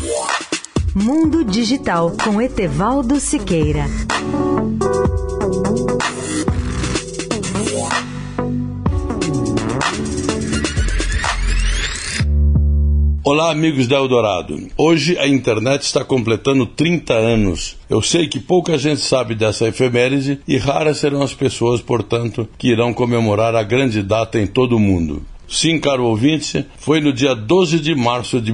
Mundo Digital com Etevaldo Siqueira. Olá, amigos da Eldorado. Hoje a internet está completando 30 anos. Eu sei que pouca gente sabe dessa efeméride e raras serão as pessoas, portanto, que irão comemorar a grande data em todo o mundo. Sim, caro ouvinte, foi no dia 12 de março de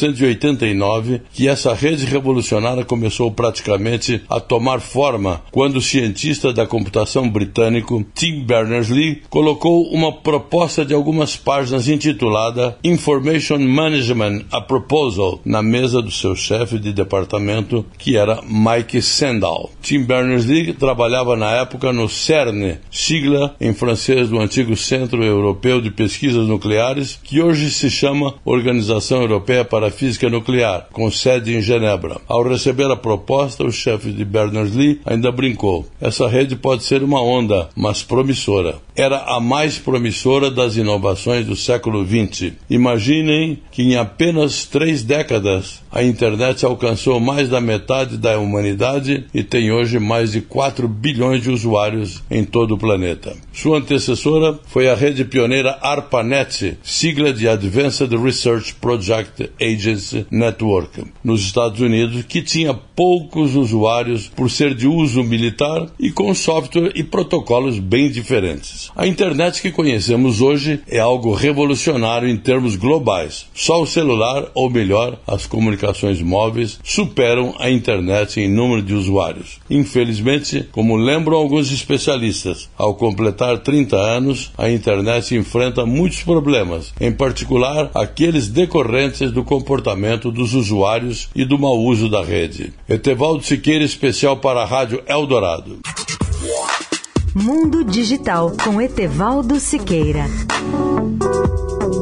1989 que essa rede revolucionária começou praticamente a tomar forma, quando o cientista da computação britânico Tim Berners-Lee colocou uma proposta de algumas páginas intitulada Information Management, a Proposal, na mesa do seu chefe de departamento, que era Mike Sandel. Tim Berners-Lee trabalhava na época no CERN, sigla em francês do antigo Centro Europeu de Pesquisas Nucleares, que hoje se chama Organização Europeia para a Física Nuclear, com sede em Genebra. Ao receber a proposta, o chefe de Berners-Lee ainda brincou: essa rede pode ser uma onda, mas promissora. Era a mais promissora das inovações do século XX. Imaginem que em apenas 3 décadas a internet alcançou mais da metade da humanidade e tem hoje mais de 4 bilhões de usuários em todo o planeta. Sua antecessora foi a rede pioneira ARPANET, sigla de Advanced Research Project Agency Network, nos Estados Unidos, que tinha poucos usuários por ser de uso militar e com software e protocolos bem diferentes. A internet que conhecemos hoje é algo revolucionário em termos globais. Só o celular, ou melhor, as comunicações móveis, superam a internet em número de usuários. Infelizmente, como lembram alguns especialistas, ao completar 30 anos, a internet enfrenta muitos problemas, em particular aqueles decorrentes do comportamento dos usuários e do mau uso da rede. Etevaldo Siqueira, especial para a Rádio Eldorado. Mundo Digital com Etevaldo Siqueira.